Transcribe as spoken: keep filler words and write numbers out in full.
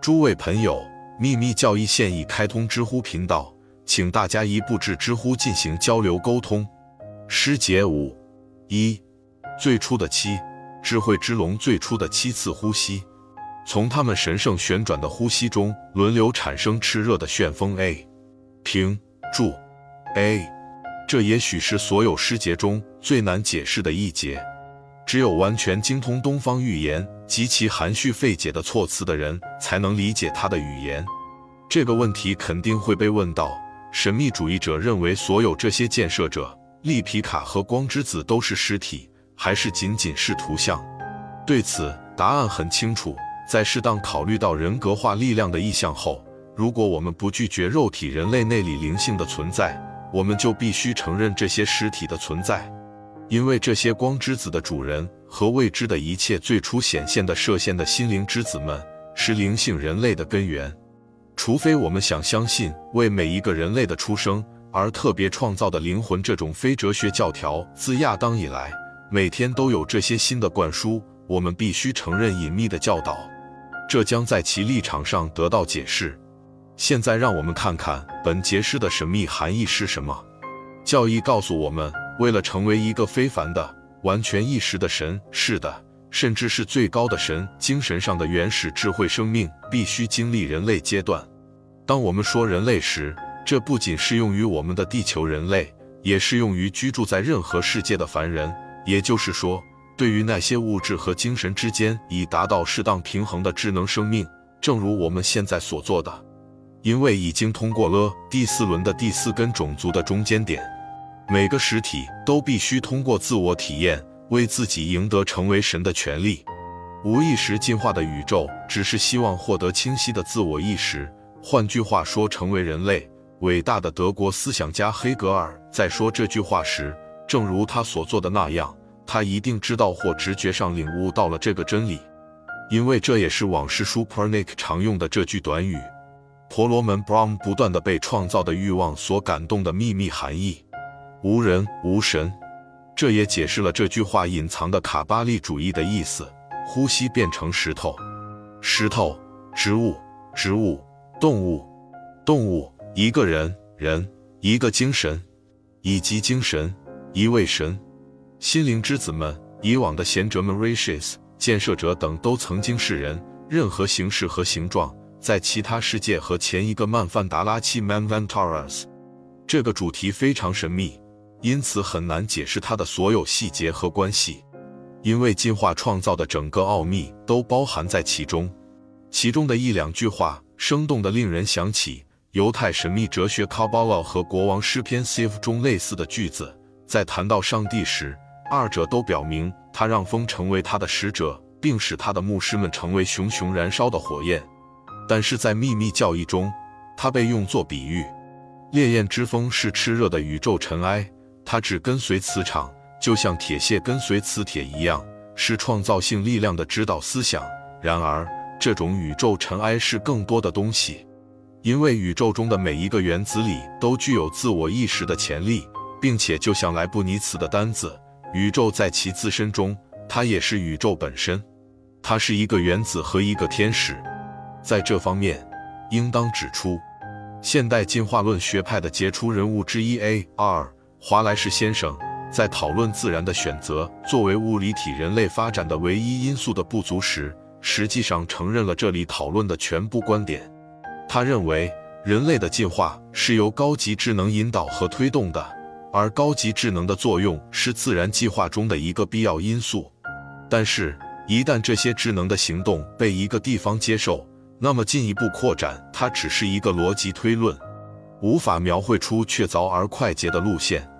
诸位朋友，秘密教义现已开通知乎频道，请大家一步至知乎进行交流沟通。诗节五一，最初的七，智慧之龙最初的七次呼吸，从他们神圣旋转的呼吸中轮流产生炽热的旋风。A 评注 A， 这也许是所有诗节中最难解释的一节。只有完全精通东方语言及其含蓄费解的措辞的人才能理解他的语言。这个问题肯定会被问到，神秘主义者认为所有这些建设者利皮卡和光之子都是实体，还是仅仅是图像？对此答案很清楚，在适当考虑到人格化力量的意象后，如果我们不拒绝肉体人类内里灵性的存在，我们就必须承认这些实体的存在。因为这些光之子的主人和未知的一切最初显现的射线的心灵之子们，是灵性人类的根源。除非我们想相信为每一个人类的出生而特别创造的灵魂这种非哲学教条自亚当以来每天都有这些新的灌输，我们必须承认隐秘的教导，这将在其立场上得到解释。现在让我们看看本节诗的神秘含义是什么。教义告诉我们，为了成为一个非凡的、完全意识的神，是的，甚至是最高的神，精神上的原始智慧生命必须经历人类阶段。当我们说人类时，这不仅适用于我们的地球人类，也适用于居住在任何世界的凡人。也就是说，对于那些物质和精神之间已达到适当平衡的智能生命，正如我们现在所做的，因为已经通过了第四轮的第四根种族的中间点。每个实体都必须通过自我体验，为自己赢得成为神的权利。无意识进化的宇宙只是希望获得清晰的自我意识，换句话说，成为人类。伟大的德国思想家黑格尔在说这句话时，正如他所做的那样，他一定知道或直觉上领悟到了这个真理，因为这也是往事书 Pernick 常用的这句短语。婆罗门 Brahm 不断地被创造的欲望所感动的秘密含义。无人无神，这也解释了这句话隐藏的卡巴利主义的意思。呼吸变成石头，石头，植物，植物，动物，动物，一个人，人，一个精神，以及精神，一位神。心灵之子们，以往的贤者们 Rishis 建设者等都曾经是人，任何形式和形状，在其他世界和前一个曼范达拉契 Manvantaras。 这个主题非常神秘，因此很难解释它的所有细节和关系，因为进化创造的整个奥秘都包含在其中。其中的一两句话生动地令人想起犹太神秘哲学 Kabbalah 和国王诗篇 Sif 中类似的句子。在谈到上帝时，二者都表明他让风成为他的使者，并使他的牧师们成为熊熊燃烧的火焰。但是在秘密教义中，它被用作比喻。烈焰之风是炽热的宇宙尘埃，它只跟随磁场，就像铁屑跟随磁铁一样，是创造性力量的指导思想。然而，这种宇宙尘埃是更多的东西，因为宇宙中的每一个原子里都具有自我意识的潜力，并且就像莱布尼茨的单子，宇宙在其自身中，它也是宇宙本身。它是一个原子和一个天使。在这方面，应当指出，现代进化论学派的杰出人物之一 A R 华莱士先生在讨论自然的选择作为物理体人类发展的唯一因素的不足时，实际上承认了这里讨论的全部观点。他认为人类的进化是由高级智能引导和推动的，而高级智能的作用是自然计划中的一个必要因素。但是，一旦这些智能的行动被一个地方接受，那么进一步扩展它只是一个逻辑推论，无法描绘出确凿而快捷的路线。